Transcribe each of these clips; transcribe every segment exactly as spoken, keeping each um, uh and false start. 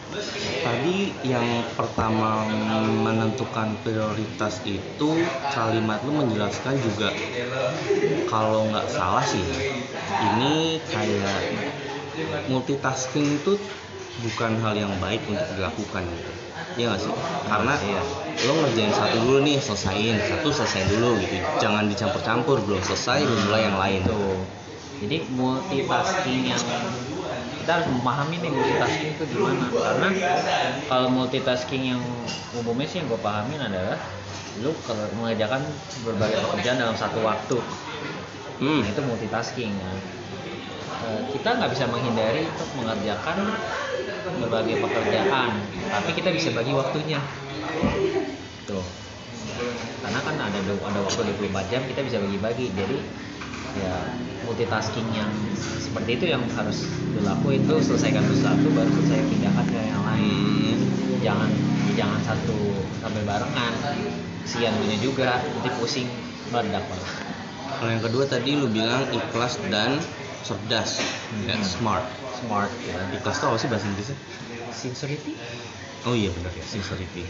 Tadi yang pertama menentukan prioritas itu kalimat lu menjelaskan juga, kalau nggak salah sih ini kayak multitasking itu bukan hal yang baik untuk dilakukan gitu. Iya nggak sih? Karena Iya. lo ngerjain satu dulu nih, selesaiin satu selesai dulu gitu. Jangan dicampur-campur, belum selesai belum mulai yang lain. Tuh. Jadi multitasking yang kita harus memahami nih multitasking itu gimana. Karena kalau multitasking yang umumnya sih yang gue pahamin adalah lu kalau mengerjakan berbagai pekerjaan dalam satu waktu. Hmm. Nah, itu multitasking ya. E, kita nggak bisa menghindari untuk mengerjakan berbagai pekerjaan, tapi kita bisa bagi waktunya. Tuh. Karena kan ada ada waktu dua puluh empat jam, kita bisa bagi-bagi. Jadi ya multitasking yang seperti itu yang harus dilakuin, tuh selesaikan satu baru selesai pindahkan ke yang lain. Jangan jangan satu sampai barengan, kesian punya juga, nanti pusing meledak malah. Kalau yang kedua tadi lu bilang ikhlas dan cerdas, hmm. dan smart. Smart ya. Ikhlas itu apa sih bahasa Inggrisnya? Sincerity. Oh iya benar ya, sincerity.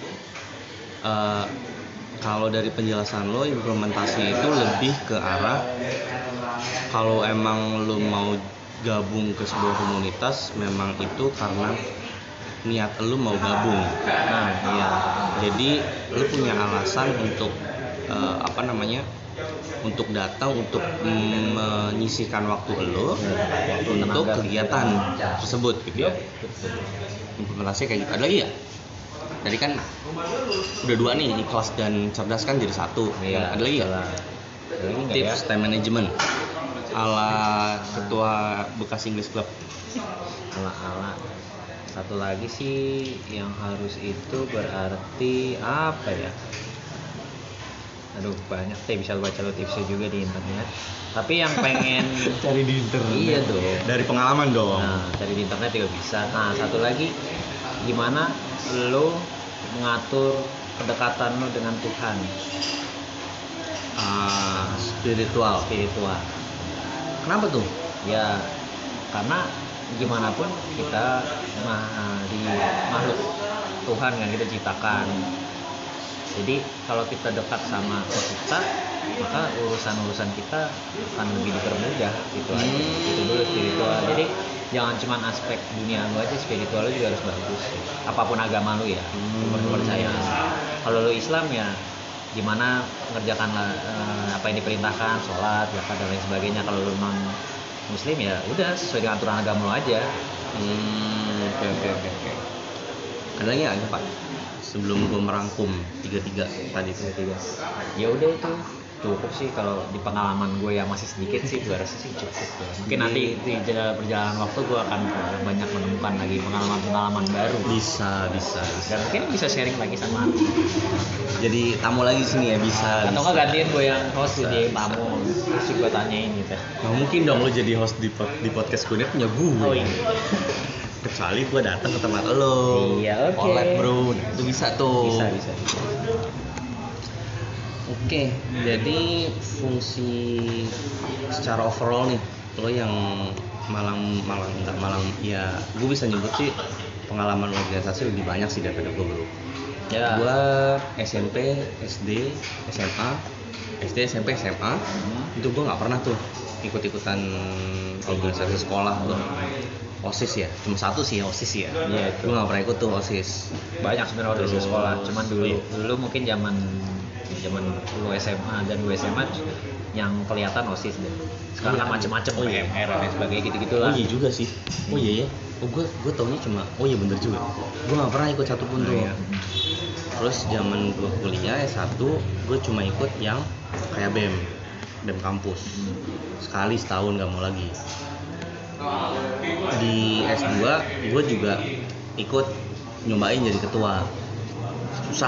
Uh, kalau dari penjelasan lo, implementasi itu lebih ke arah kalau emang lo mau gabung ke sebuah komunitas, memang itu karena niat lo mau gabung. Nah, iya. Jadi lo punya alasan untuk uh, apa namanya? Untuk datang, untuk mm, menyisihkan waktu lo waktu untuk kegiatan tersebut gitu ya. Implementasi kayak gitu. Ada lagi ya? Jadi kan udah dua nih, ikhlas dan cerdas kan jadi satu. Iya, ada lagi ya? Tips time management ala ketua bekas English Club. Ala-ala. Satu lagi sih yang harus itu berarti apa ya? Aduh banyak sih, bisa baca lo tipsnya juga di internet. Tapi yang pengen cari di internet. Iya dong. Dari pengalaman dong. Nah, cari di internet juga bisa. Nah, satu lagi, gimana lo mengatur kedekatan lo dengan Tuhan? Ah, spiritual. Spiritual. Kenapa tuh? Ya, karena gimana pun kita nah, di makhluk Tuhan kan kita ciptakan. Jadi kalau kita dekat sama kita, maka urusan-urusan kita akan lebih dipermudah gitu aja. Hmm. Itu dulu spiritual. Jadi jangan cuma aspek dunia lu aja, spiritual lu juga harus bagus. Apapun agama lu ya, hmm. kepercayaan. Kalau lu Islam ya gimana mengerjakan uh, apa yang diperintahkan, sholat, zakat dan lain sebagainya. Kalau lu non Muslim ya udah sesuai dengan aturan agama lu aja. Hmm, oke oke oke oke. Ada lagi nggak Pak? Sebelum gue merangkum tiga-tiga tadi tiga-tiga. Ya udah itu cukup sih kalau di pengalaman gue yang masih sedikit sih, gue rasa sih cukup ya. Mungkin jadi, nanti di perjalanan waktu gue akan banyak menemukan lagi pengalaman-pengalaman baru. Bisa, bisa, bisa. Dan mungkin bisa sharing lagi sama aku. Jadi tamu lagi sini ya, bisa. Atau nggak gantiin gue yang host bisa, jadi tamu, terus gue tanyain gitu. Nah mungkin dong lo jadi host di, di podcast gue, punya gue. Oh iya. Kecuali gue datang ke tempat lo, iya, oke. Collab bro, nah, itu bisa tuh. Bisa, bisa. bisa. Oke, jadi fungsi secara overall nih, lo yang malang malang nggak malang, ya gue bisa nyebut sih pengalaman organisasi lebih banyak sih daripada gue bro. Ya. Gue S M P, S D, S M A, S D, S M P, S M A, hmm. itu gue nggak pernah tuh ikut-ikutan organisasi sekolah tuh. OSIS ya, cuma satu sih OSIS ya. Iya, gue nggak pernah ikut tuh OSIS. Banyak sebenarnya organisasi sekolah, cuman dulu dulu mungkin zaman zaman dulu S M A dan gue S M A yang kelihatan OSIS deh. Sekarang iya, kan macam-macam oh, iya. P M R dan sebagainya gitu-gitu lah. Oh iya juga sih. Oh iya ya. Oh gue gue taunya cuma oh iya bener juga. Gue nggak pernah ikut satu pun tuh. Iya. Terus zaman gue kuliah S satu gue cuma ikut yang kayak B E M, B E M kampus. Sekali setahun nggak mau lagi. Di S dua gue juga ikut nyobain jadi ketua. Susah.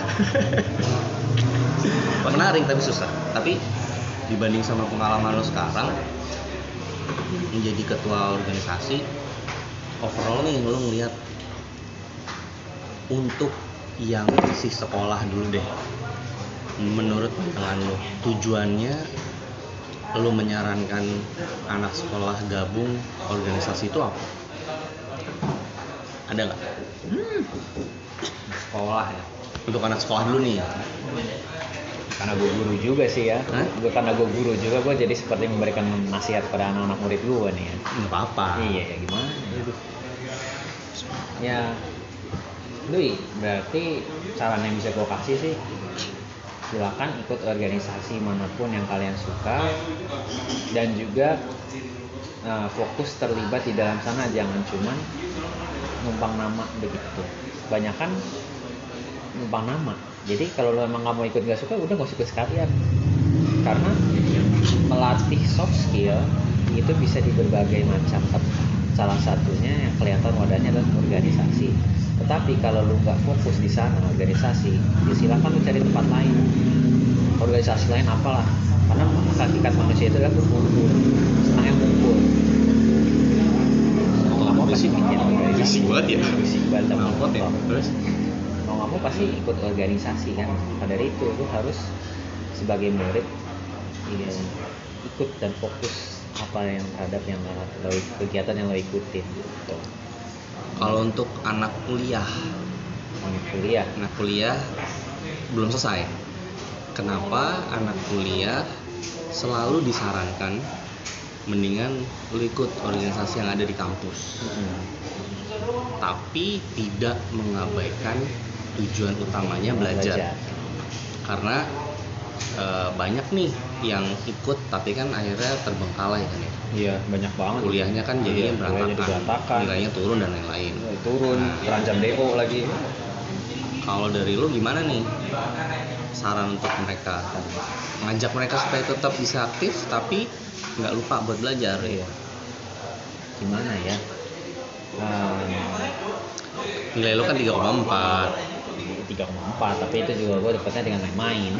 Menarik tapi susah. Tapi dibanding sama pengalaman lo sekarang menjadi ketua organisasi, overall nih lo ngeliat untuk yang masih sekolah dulu deh, menurut pandangan lo tujuannya lo menyarankan anak sekolah gabung organisasi itu apa? Ada nggak? Hmm. Sekolah ya. Untuk anak sekolah dulu nih. Karena gue guru juga sih ya. Hah? Gue karena gue guru juga, gue jadi seperti memberikan nasihat pada anak-anak murid gue nih ya. Nggak apa-apa. Iya ya gimana? Ya, Dui, berarti saran yang bisa gue kasih sih, silakan ikut organisasi manapun yang kalian suka, dan juga uh, fokus terlibat di dalam sana, jangan cuman numpang nama begitu. Banyakan numpang nama. Jadi kalau lo emang nggak mau ikut, nggak suka, udah nggak usah ikut sekalian. Karena melatih soft skill itu bisa di berbagai macam tempat. Salah satunya yang kelihatan wadahnya adalah organisasi. Tetapi kalau lu nggak fokus di sana organisasi, ya silakan lu cari tempat lain. Organisasi lain apalah. Karena hakikat manusia itu adalah berkumpul. Senangnya kumpul. Mau nggak mau pasti bikin organisasi. Bisik banget ya. Bisik banget. Ngangkut ya. Terus? Mau nggak mau pasti ikut organisasi kan. Pada dari itu lu harus sebagai murid ya, ikut dan fokus apa yang terhadap yang lo, kegiatan yang lo ikutin gitu. Kalau untuk anak kuliah, Anak kuliah, anak kuliah belum selesai. Kenapa anak kuliah selalu disarankan mendingan lu ikut organisasi yang ada di kampus, hmm. tapi tidak mengabaikan tujuan utamanya belajar. belajar. Karena e, banyak nih yang ikut tapi kan akhirnya terbengkalai kan ya. Iya, banyak banget. Kuliahnya kan jadinya iya, berantakan, berantakan. nilainya turun dan lain-lain. Ya, turun, Nah, terancam D O lagi. kalau dari lu gimana nih saran untuk mereka? Ngajak mereka supaya tetap bisa aktif tapi nggak lupa buat belajar. Iya. Gimana ya? Um, Nilai lu kan tiga koma empat. tiga koma empat, tapi itu juga gue dapetnya dengan main-main.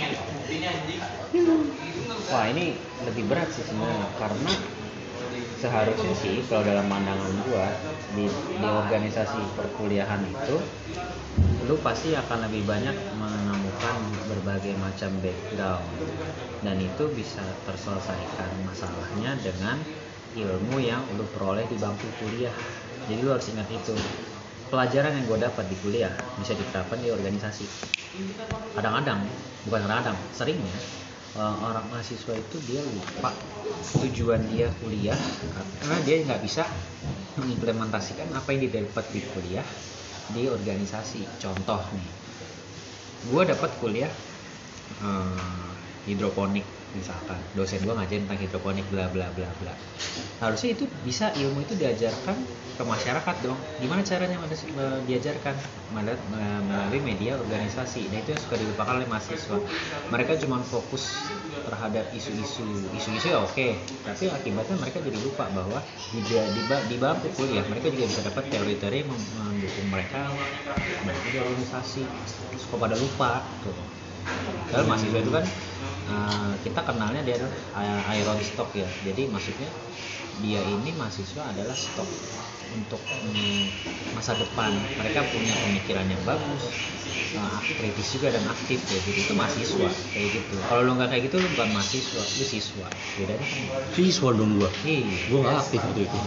Wah, ini lebih berat sih sebenarnya, karena seharusnya sih kalau dalam pandangan gue di, di organisasi perkuliahan itu lu pasti akan lebih banyak menemukan berbagai macam background, dan itu bisa terselesaikan masalahnya dengan ilmu yang lu peroleh di bangku kuliah. Jadi lu harus ingat itu, pelajaran yang gue dapat di kuliah bisa diterapkan di organisasi. Kadang-kadang, bukan kadang-kadang, seringnya orang mahasiswa itu dia lupa tujuan dia kuliah karena dia nggak bisa mengimplementasikan apa yang didapat di kuliah di organisasi. Contoh nih, gue dapat kuliah hmm, hidroponik misalkan, dosen gue ngajarin tentang hidroponik bla bla bla bla. Harusnya itu bisa, ilmu itu diajarkan ke masyarakat dong. Gimana caranya diajarkan? Melalui media organisasi. Dan itu yang suka dilupakan oleh mahasiswa. Mereka cuma fokus terhadap isu-isu, isu-isu ya oke, okay. Tapi akibatnya mereka jadi lupa bahwa di, di, di bangku kuliah mereka juga bisa dapat teori-teori yang mendukung mereka di organisasi. Suka pada lupa tuh. Kalau mahasiswa itu kan uh, kita kenalnya dia adalah iron stock ya. Jadi maksudnya dia ini mahasiswa adalah stok untuk um, masa depan. Mereka punya pemikiran yang bagus, uh, kritis juga dan aktif ya. Jadi itu mahasiswa kayak gitu. Kalau lu nggak kayak gitu lu bukan mahasiswa, lu siswa. Bedanya kan? Siswa dong gua. Iya. Gua nggak aktif waktu itu.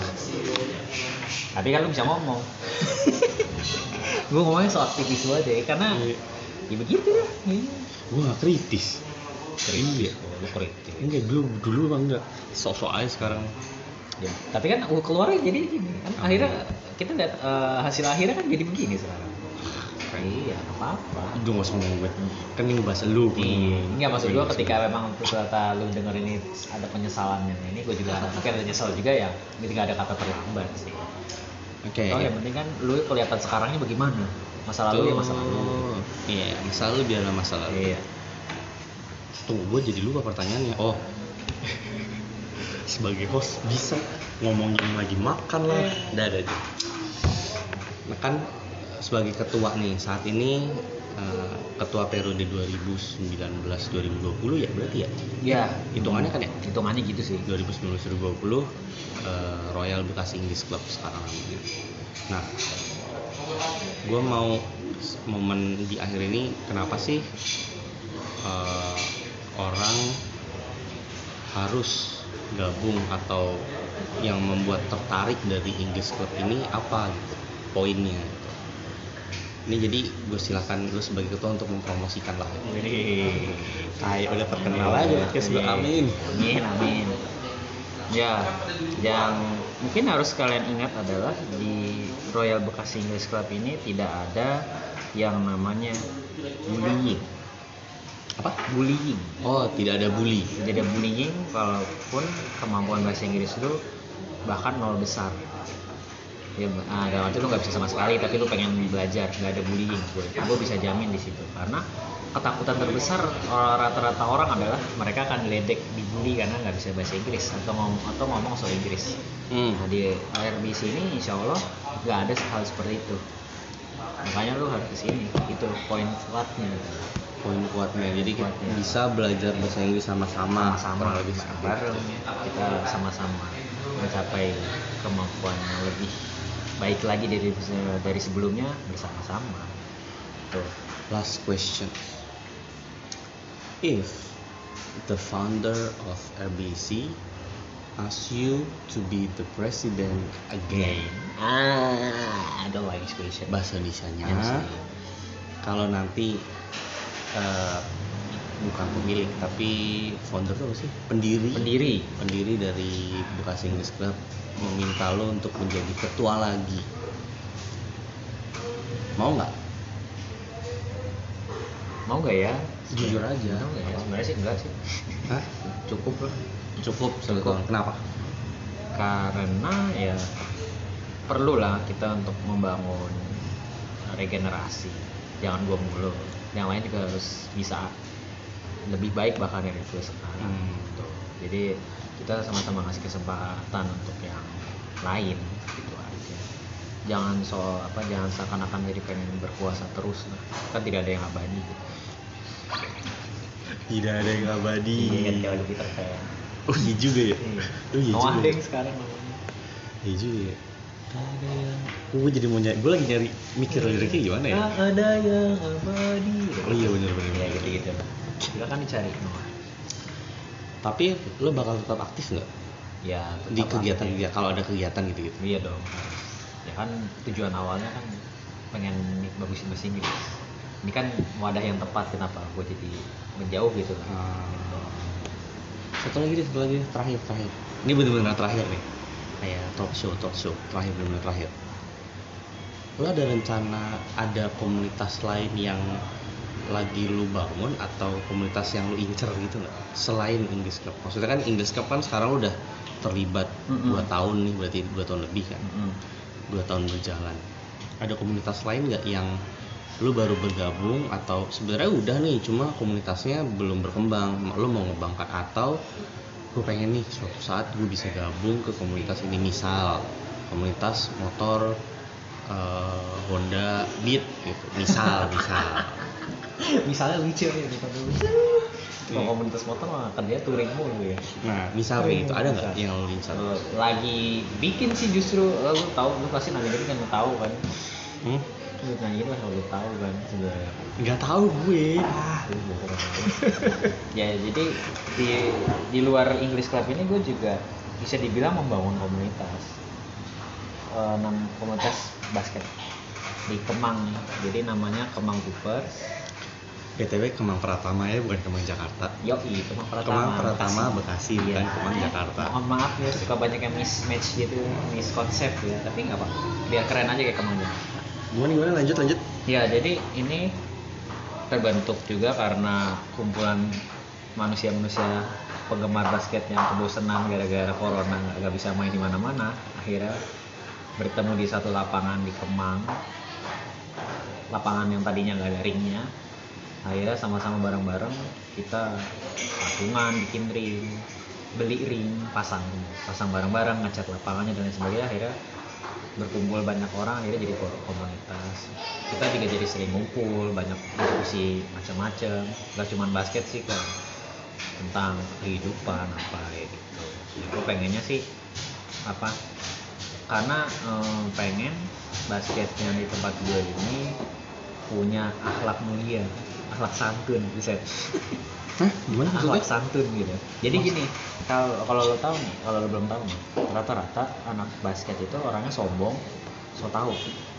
Tapi kan lu bisa ngomong. Gua ngomongnya soal aktivis aja ya, karena ya begitu ya. Gue gak kritis. Kritis? Oh, lu kritis. Enggak, dulu dulu bang enggak. Sok-sok aja sekarang. Ya. Tapi kan keluarnya jadi gini kan, oh, akhirnya kita lihat uh, hasil akhirnya kan jadi begini sekarang. Iya, apa-apa. Udah gak usah ngomong gue. Kan ini bahasa lu. Iya. Enggak, maksud gue ketika memang ternyata lu denger ini ada penyesalannya ini, gue juga mungkin ada nyesel juga ya. Ini gak ada kata terlambat sih. Oke. Okay, oh, ya. Yang penting kan lu kelihatan sekarangnya bagaimana. Masa lalu ya masa lalu. Iya, masa lalu biarlah masa lalu. Iya. Tunggu, gue jadi lupa pertanyaannya. Oh, sebagai host bisa ngomongin lagi makan lah. Udah ada aja. Nah kan sebagai ketua nih saat ini uh, ketua periode dua ribu sembilan belas dua ribu dua puluh ya berarti ya? Iya. Hitungannya kan ya? Hitungannya gitu sih. dua ribu sembilan belas dua ribu dua puluh uh, Royal Bekasi English Club sekarang namanya. Nah, gue mau momen di akhir ini kenapa sih uh, orang harus gabung atau yang membuat tertarik dari English Club ini apa gitu? poinnya gitu. Ini jadi gue silakan lu sebagai ketua untuk mempromosikan lah. Wih, Kayak udah terkenal aja podcast gue, amin. Amin, amin. Ya, yang mungkin harus kalian ingat adalah di Royal Bekasi English Club ini tidak ada yang namanya bullying. Apa? Bullying. Oh, tidak ada bully. Tidak ada bullying, walaupun kemampuan bahasa Inggris lu bahkan nol besar. Ya, nah, dalam arti lu nggak bisa sama sekali, tapi lu pengen belajar, nggak ada bullying, gue, gue bisa jamin di situ. Karena ketakutan terbesar rata-rata orang adalah mereka akan diledek, dibully karena nggak bisa bahasa Inggris atau ngomong atau ngomong soal Inggris. Hmm. Nah di R B C ini insya Allah nggak ada hal seperti itu. Makanya lu harus kesini, itu poin kuatnya. Poin kuatnya, jadi kita Kuatnya. bisa belajar bahasa Inggris sama-sama, Sama-sama lebih bareng, kita sama-sama mencapai kemampuan yang lebih baik lagi dari dari sebelumnya bersama-sama. Tuh. Last question. If the founder of R B C asks you to be the president again, Ah, I don't like this question. bahasa Indonesianya, Iya sih. kalau nanti uh, bukan pemilik tapi founder itu apa sih? Pendiri. Pendiri. Pendiri dari Bekasi English Club meminta lo untuk menjadi ketua lagi, mau nggak? Mau nggak ya? Jujur aja. Mau nggak ya? Sebenarnya sih enggak sih. Hah? Cukup lah. Cukup sebetulnya. Kenapa? Karena ya perlu lah kita untuk membangun regenerasi. Jangan gua mulu. Yang lain juga harus bisa lebih baik bahkan dari gue sekarang. Hmm. Gitu. Jadi kita sama-sama ngasih kesempatan untuk yang lain gitu aja. Jangan soal apa, jangan seakan-akan jadi pengen berkuasa terus lah. Kan tidak ada yang abadi gitu. Tidak ada yang abadi. Ingat kayak lagu Peter Pan. Oh iya juga ya. Oh iya Noah juga. Deng sekarang namanya. Iya juga ya. Tak ada yang. Gue jadi mau nyari. Gue lagi nyari mikir liriknya gimana ya. Tak ada yang abadi. Oh iya benar-benar. Ya gitu-gitu. Kita kan dicari Noah. Tapi lo bakal tetap aktif nggak Ya di tetap kegiatan-kegiatan kalau ada kegiatan gitu-gitu? aktif. Iya dong. Ya kan tujuan awalnya kan pengen bagusin bahasa Inggris. Ini kan wadah yang tepat kenapa gue jadi menjauh gitu kan. Gitu. Satu lagi deh, satu lagi deh. terakhir terakhir. Ini benar-benar terakhir nih. Kayak talk show, talk show terakhir benar-benar terakhir. Lo ada rencana ada komunitas lain yang lagi lu bangun atau komunitas yang lu incer gitu nggak selain English Club? Maksudnya kan English Club kan sekarang lu udah terlibat Mm-mm. dua tahun nih, berarti dua tahun lebih kan, Mm-mm. dua tahun berjalan. Ada komunitas lain nggak yang lu baru bergabung atau sebenarnya udah nih cuma komunitasnya belum berkembang, lu mau ngembangkan atau gue pengen nih suatu saat gue bisa gabung ke komunitas ini, misal komunitas motor uh, Honda Beat gitu, misal misal. Misalnya lucu ya di dulu. Kalau komunitas motor mah kerja touring mulu ya. Nah, misal kayak gitu, ada nggak yang lo incar? Kalau lagi bikin sih justru lo tahu, lu pasti nanya gitu kan, lu tahu kan. Hmm? Lu nanya gitu lah kalau lu tahu kan sebenarnya. Nggak tahu gue. Ah, lu bohong. Ya jadi di di luar English Club ini gue juga bisa dibilang membangun komunitas. Eh, nam komunitas basket di Kemang, jadi namanya Kemang Coopers. B T W Kemang Pratama ya, bukan Kemang Jakarta. Yoi, Kemang Pratama. Kemang Pratama Bekasi, Iya. bukan Kemang Jakarta. Mohon maaf ya, suka banyak yang mismatch gitu, miskonsep ya. Tapi nggak apa, biar keren aja kayak Kemang Jakarta. Gimana gimana lanjut lanjut. Ya, jadi ini terbentuk juga karena kumpulan manusia-manusia penggemar basket yang kebosanan gara-gara corona nggak bisa main di mana-mana. Akhirnya bertemu di satu lapangan di Kemang. Lapangan yang tadinya nggak ada ringnya. Akhirnya sama-sama bareng-bareng kita patungan, bikin ring, beli ring, pasang pasang bareng-bareng, ngecat lapangannya dan lain sebagainya. Akhirnya berkumpul banyak orang, akhirnya jadi komunitas. Kita juga jadi sering ngumpul, banyak diskusi macam-macam, nggak cuma basket sih kan, tentang kehidupan apa kayak gitu. Ya, gue pengennya sih apa, karena eh, pengen basketnya di tempat gue ini punya akhlak mulia, akhlak santun, bisa. Hah? Gimana Akhlak maksudnya? santun gitu. Jadi gini, kalau kalau lo tahu nih, kalau lo belum tahu nih, rata-rata anak basket itu orangnya sombong, so tahu.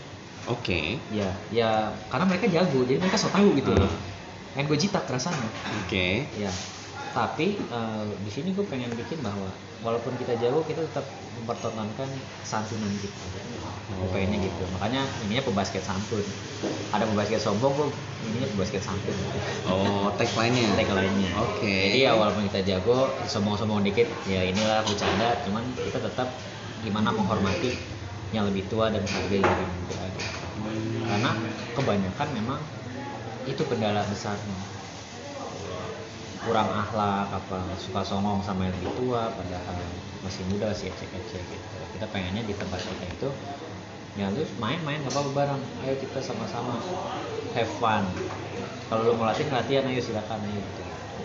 Oke. Ya, ya karena mereka jago, jadi mereka so tahu gitu Hmm. loh. Pengen gue jitak rasanya. Oke. Ya, tapi eh, di sini gue pengen bikin bahwa walaupun kita jago, kita tetap mempertontonkan santunan kita. Gue pengennya gitu. Makanya ininya pebasket santun. Ada pebasket sombong, gue ininya pebasket santun. Oh, tagline-nya. Tag lainnya. Oke. Jadi ya walaupun kita jago, sombong-sombong dikit, ya inilah bercanda. Cuman kita tetap gimana menghormati yang lebih tua dan menghargai yang lebih muda. Karena kebanyakan memang itu kendala besarnya, kurang akhlak, apa suka songong sama yang lebih tua padahal masih muda, masih ecek-ecek gitu. Kita pengennya di tempat kita itu ya lu main-main gak apa-apa bareng, ayo kita sama-sama have fun. Kalau lu mau latihan latihan, ayo silakan, ayo gitu.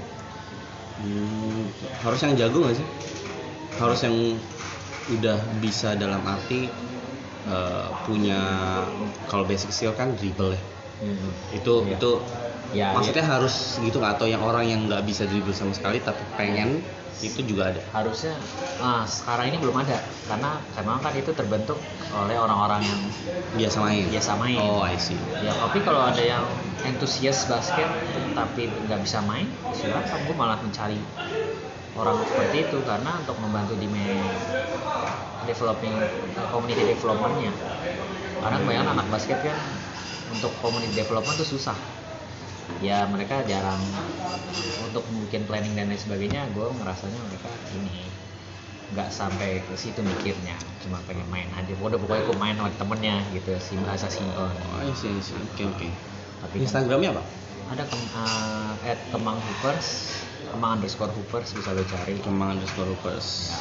Hmm, harus yang jago nggak sih? Harus yang udah bisa dalam arti uh, punya, kalau basic skill kan dribble ya. Hmm. Itu Iya. itu Ya, maksudnya ya, harus gitu nggak? Atau yang orang yang nggak bisa dribble sama sekali tapi pengen, itu juga ada. harusnya ah, sekarang ini belum ada karena memang kan itu terbentuk oleh orang-orang yang Biasa main. biasa main. Oh, I see. Ya, tapi kalau ada yang antusias basket tapi nggak bisa main, silakan. Gue malah mencari orang seperti itu karena untuk membantu di me- developing community developmentnya. Karena kebanyakan anak basket kan untuk community development tuh susah. Ya mereka jarang untuk bikin planning dan lain sebagainya. Gue ngerasanya mereka ini nggak sampai ke situ mikirnya, cuma pengen main aja. Udah pokoknya gue main sama temennya gitu, si bahasa sinkron. Oh, I see, I see. Oke, oke. Tapi kan Instagramnya apa? ada kem, uh, at kemang hoopers, kemang underscore hoopers, bisa lo cari. Kemang underscore Hoopers.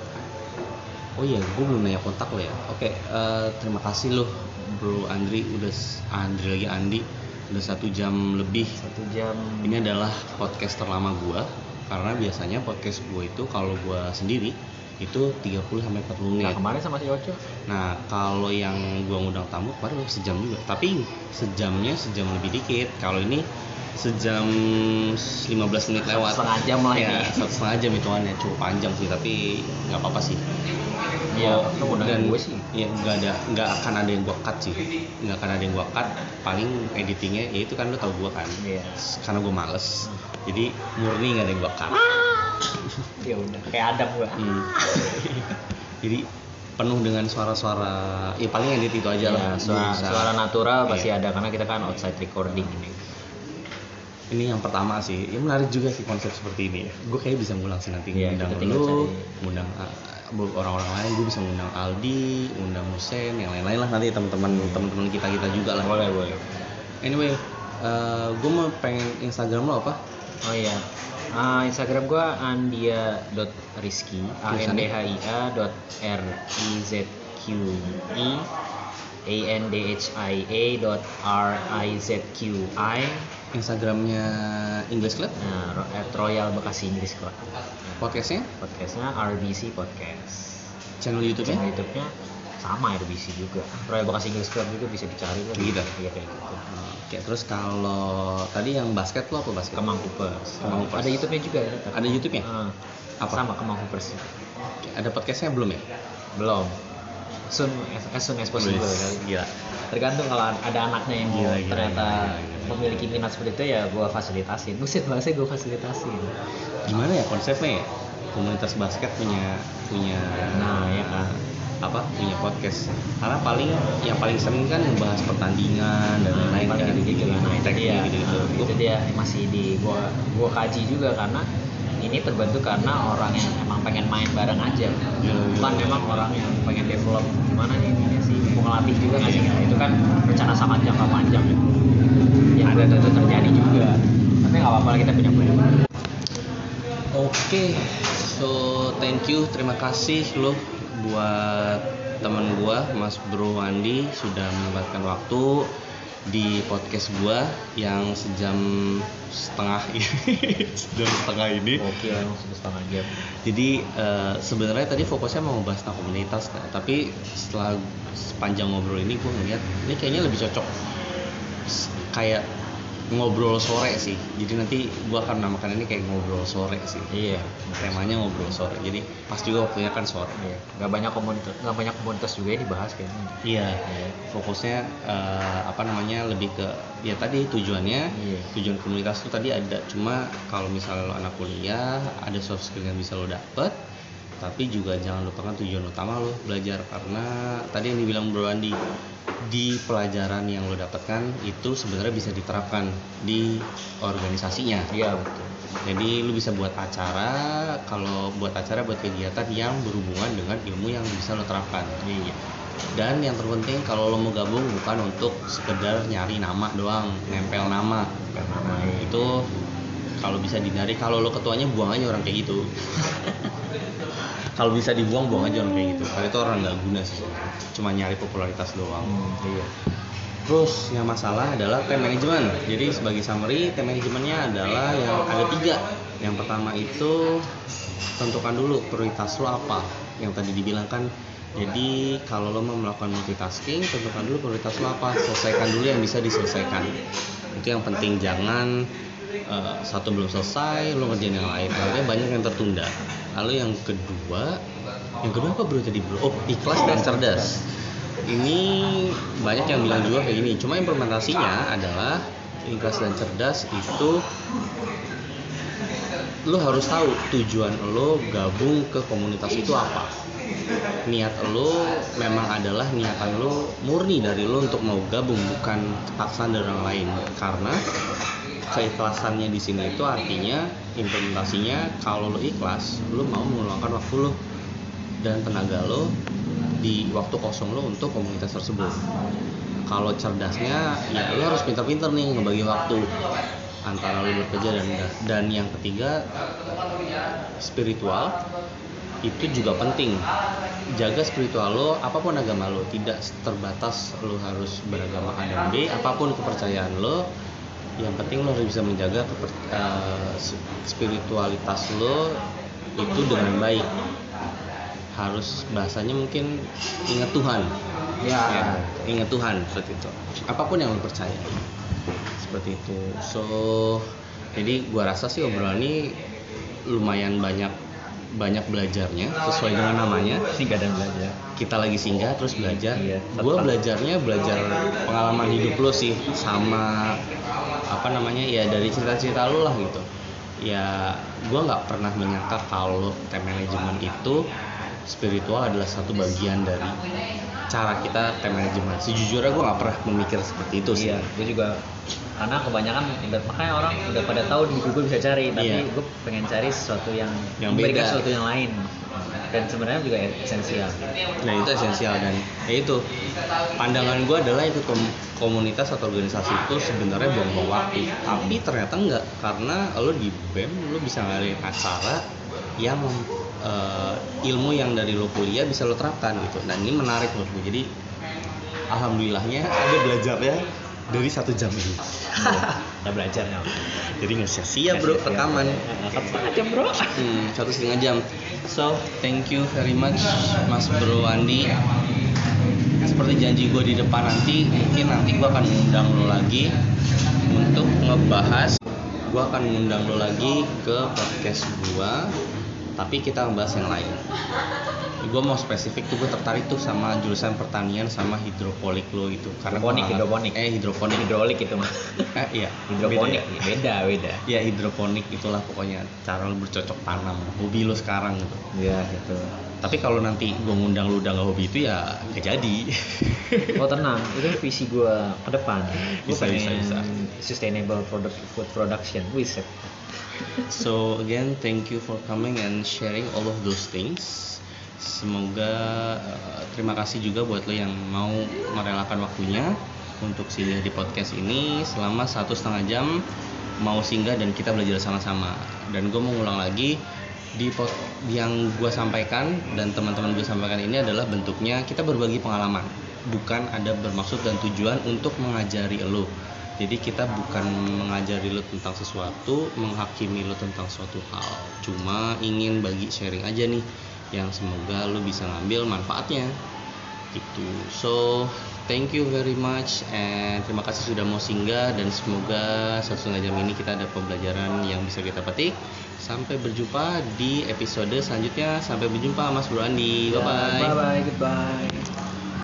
Oh iya, gue belum nanya kontak lo ya. Oke, eh, terima kasih lo, Bro Andri, udah s- Andri lagi Andi, udah satu jam lebih. Satu jam. Ini adalah podcast terlama gue, karena biasanya podcast gue itu kalau gue sendiri itu tiga puluh sampai empat puluh Nah menit. kemarin sama si Ocho. Nah, kalau yang gue ngundang tamu kemarin sejam juga, tapi sejamnya sejam lebih dikit. Kalau ini sejam lima belas menit Satu lewat. setengah jam lah Ya, ini. satu setengah jam hitungannya, cukup panjang sih, tapi nggak apa-apa sih. Iya, Oh, lu undang gue sih. ya nggak ada, nggak akan ada yang gue cut sih, nggak akan ada yang gue cut. Paling editingnya, ya itu kan lu tau gue kan, Iya. karena gue males, jadi murni nggak ada yang gue cut. Ya udah, kayak Adam gue. Hmm. Jadi penuh dengan suara-suara, ya paling edit itu aja lah. Ya, suara, Bisa. suara natural pasti Iya. ada karena kita kan outside recording ini. Ini yang pertama sih, ya menarik juga sih konsep seperti ini. Gue kayak bisa ngulang sih nanti, Iya, ngundang kita tinggal lu, cari. ngundang uh, orang-orang lain. Gue bisa ngundang Aldi, ngundang Husen, yang lain-lain lah nanti teman-teman teman-teman kita kita juga lah. Boleh, boleh. Anyway, uh, gue mau pengen Instagram lo apa? Oh iya. Ah, Instagram gue andia.rizky, a n d h i a dot r i z q i a n d h i a dot r i z q i. Instagramnya English Club, Nah, ro- at Royal Bekasi Inggris Club. podcastnya, Podcastnya R B C Podcast. channel YouTube-nya. Channel YouTube-nya sama R B C juga. Royal Bekasi Inggris Club juga bisa dicari lah. Gitu? Iya kayak gitu. Oke, terus kalau tadi yang basket lo apa basket? Kemang Hoopers. Kemang Hoopers. Ada YouTube-nya juga ya. Ada YouTube-nya? Ah, Apa? Sama Kemang Hoopers. Oke, ada podcastnya belum ya? Belum. Soon, as soon as possible. Wih, Kali. gila. Tergantung kalau ada anaknya yang mau Gila, gila, ternyata gila, gila, gila. memiliki minat seperti itu ya gue fasilitasin. Buset bahasanya gue fasilitasin. Gimana ya konsepnya ya? Komunitas basket punya punya Nah, ya kan. apa? Punya podcast. Karena paling yang paling sering kan ngebahas pertandingan dan lain-lain paling kan. gitu-gitu lah. Nah, itu Teknik dia. gitu-gitu. Nah, Gua- itu dia masih di gua gua kaji juga karena ini terbentuk karena orang yang emang pengen main bareng aja. Bukan memang orang yang pengen develop gimana nih ini sih mau ngelatih juga nggak sih? Nah, itu kan rencana sangat jangka panjang. Yang belum tentu terjadi juga. Tapi nggak apa-apa lah, kita punya plan. Oke, so thank you, terima kasih lo buat teman gua, Mas Bro Andi sudah menyempatkan waktu di podcast gua yang sejam setengah ini, sejam setengah ini. Oke, langsung sudah setengah jam. Jadi eh, sebenarnya tadi fokusnya mau membahas tentang komunitas, kan? Tapi setelah sepanjang ngobrol ini gue ngeliat ini kayaknya lebih cocok s- kayak ngobrol sore sih. Jadi nanti gua akan menamakan ini kayak ngobrol sore sih. Iya. Temanya ngobrol sore. Jadi pas juga waktunya kan sore. Iya. Gak banyak komunitas, gak banyak komunitas juga yang dibahas kayaknya. Iya. Fokusnya uh, apa namanya lebih ke ya tadi tujuannya. Iya. Tujuan komunitas itu tadi ada. Cuma kalau misalnya lo anak kuliah, ada soft skill yang bisa lo dapet. Tapi juga jangan lupakan tujuan utama lo belajar, karena tadi yang dibilang Bro Andi, di pelajaran yang lo dapatkan itu sebenarnya bisa diterapkan di organisasinya. Iya betul. Jadi lo bisa buat acara, kalau buat acara buat kegiatan yang berhubungan dengan ilmu yang bisa lo terapkan. Iya. Dan yang terpenting kalau lo mau gabung bukan untuk sekedar nyari nama doang, nempel nama. Nama iya. Itu kalau bisa dihindari. Kalau lo ketuanya buang aja orang kayak gitu. Kalau bisa dibuang, buang aja orang kayak gitu. Karena itu orang nggak guna sih, cuma nyari popularitas doang. Hmm, iya. Terus yang masalah adalah time management. Jadi sebagai summary, time managementnya adalah yang ada tiga. Yang pertama itu tentukan dulu prioritas lo apa. Yang tadi dibilang kan. Jadi kalau lo mau melakukan multitasking, tentukan dulu prioritas lo apa. Selesaikan dulu yang bisa diselesaikan. Itu yang penting. Jangan Uh, satu belum selesai, lo ngerjain yang lain, akhirnya banyak yang tertunda. Lalu yang kedua, yang kedua apa bro tadi bro? Oh, ikhlas dan cerdas. Ini banyak yang bilang juga kayak gini. Cuma implementasinya adalah ikhlas dan cerdas itu lo harus tahu tujuan lo gabung ke komunitas itu apa. Niat lo memang adalah niatan lo murni dari lo untuk mau gabung, bukan paksaan dari orang lain. Karena keikhlasannya di sini itu artinya implementasinya kalau lo ikhlas, lo mau meluangkan waktu lo dan tenaga lo di waktu kosong lo untuk komunitas tersebut. Kalau cerdasnya, ya lo harus pintar-pintar nih ngebagi waktu antara lo bekerja dan dan yang ketiga spiritual itu juga penting. Jaga spiritual lo, apapun agama lo, tidak terbatas lo harus beragama A dan B, apapun kepercayaan lo. Yang penting lo harus bisa menjaga keper, uh, spiritualitas lo itu dengan baik. Harus bahasanya mungkin ingat Tuhan. Ya, ya ingat Tuhan seperti itu. Apapun yang lo percaya. Seperti itu. So, jadi gua rasa sih obrolan ini lumayan banyak banyak belajarnya sesuai dengan namanya, singgah dan belajar. Kita lagi singgah terus belajar. Iya, gue belajarnya belajar pengalaman hidup lo sih, sama apa namanya ya dari cerita-cerita lo lah gitu. Ya gue nggak pernah menyangka kalau time management itu spiritual adalah satu bagian dari cara kita time management. Sejujurnya gue nggak pernah memikir seperti itu sih. Iya, gue juga karena kebanyakan makanya orang udah pada tahu di Google bisa cari, tapi iya. gue pengen cari sesuatu yang, yang memberikan beda, sesuatu yang lain dan sebenarnya juga esensial. Nah itu esensial dan ya itu pandangan gue adalah ikut komunitas atau organisasi itu sebenarnya buang-buang waktu, tapi ternyata enggak, karena lo di B E M lo bisa ngadain acara yang uh, ilmu yang dari lo kuliah bisa lo terapkan gitu. Dan ini menarik menurut gue. Jadi alhamdulillahnya ada belajarnya dari satu jam ini. Ya belajarnya. Jadi nggak sia-sia bro rekaman. Satu setengah jam bro. Hmm, satu setengah jam. So thank you very much Mas Bro Andi. Seperti janji gue di depan nanti, mungkin nanti gue akan mengundang lo lagi untuk ngebahas. Gue akan mengundang lo lagi ke podcast gue, tapi kita membahas yang lain. Gue mau spesifik tuh, gue tertarik tuh sama jurusan pertanian sama hidroponik lo itu. Karena hidroponik, hidroponik. Eh hidroponik, hidrolik itu mah. eh iya. Hidroponik beda, ya? beda, beda. Ya hidroponik itulah pokoknya cara lo bercocok tanam, hobi lo sekarang gitu. Iya gitu. Tapi kalau nanti gue ngundang lo udah gak hobi itu ya gak jadi. Oh tenang, itu visi gue ke depan. Gue Bisa, bisa, bisa. Sustainable product, food production, bisa. So again, thank you for coming and sharing all of those things. Semoga uh, terima kasih juga buat lo yang mau merelakan waktunya untuk singgah di podcast ini selama satu setengah jam, mau singgah dan kita belajar sama-sama. Dan gue mau ngulang lagi, di pod yang gue sampaikan dan teman-teman gue sampaikan ini adalah bentuknya kita berbagi pengalaman, bukan ada bermaksud dan tujuan untuk mengajari lo. Jadi kita bukan mengajari lo tentang sesuatu, menghakimi lo tentang suatu hal, cuma ingin bagi sharing aja nih yang semoga lo bisa ngambil manfaatnya. gitu. So thank you very much and terima kasih sudah mau singgah, dan semoga satu setengah jam ini kita ada pembelajaran yang bisa kita petik. Sampai berjumpa di episode selanjutnya. Sampai berjumpa Mas Bro Andi. Bye bye. Bye bye, goodbye.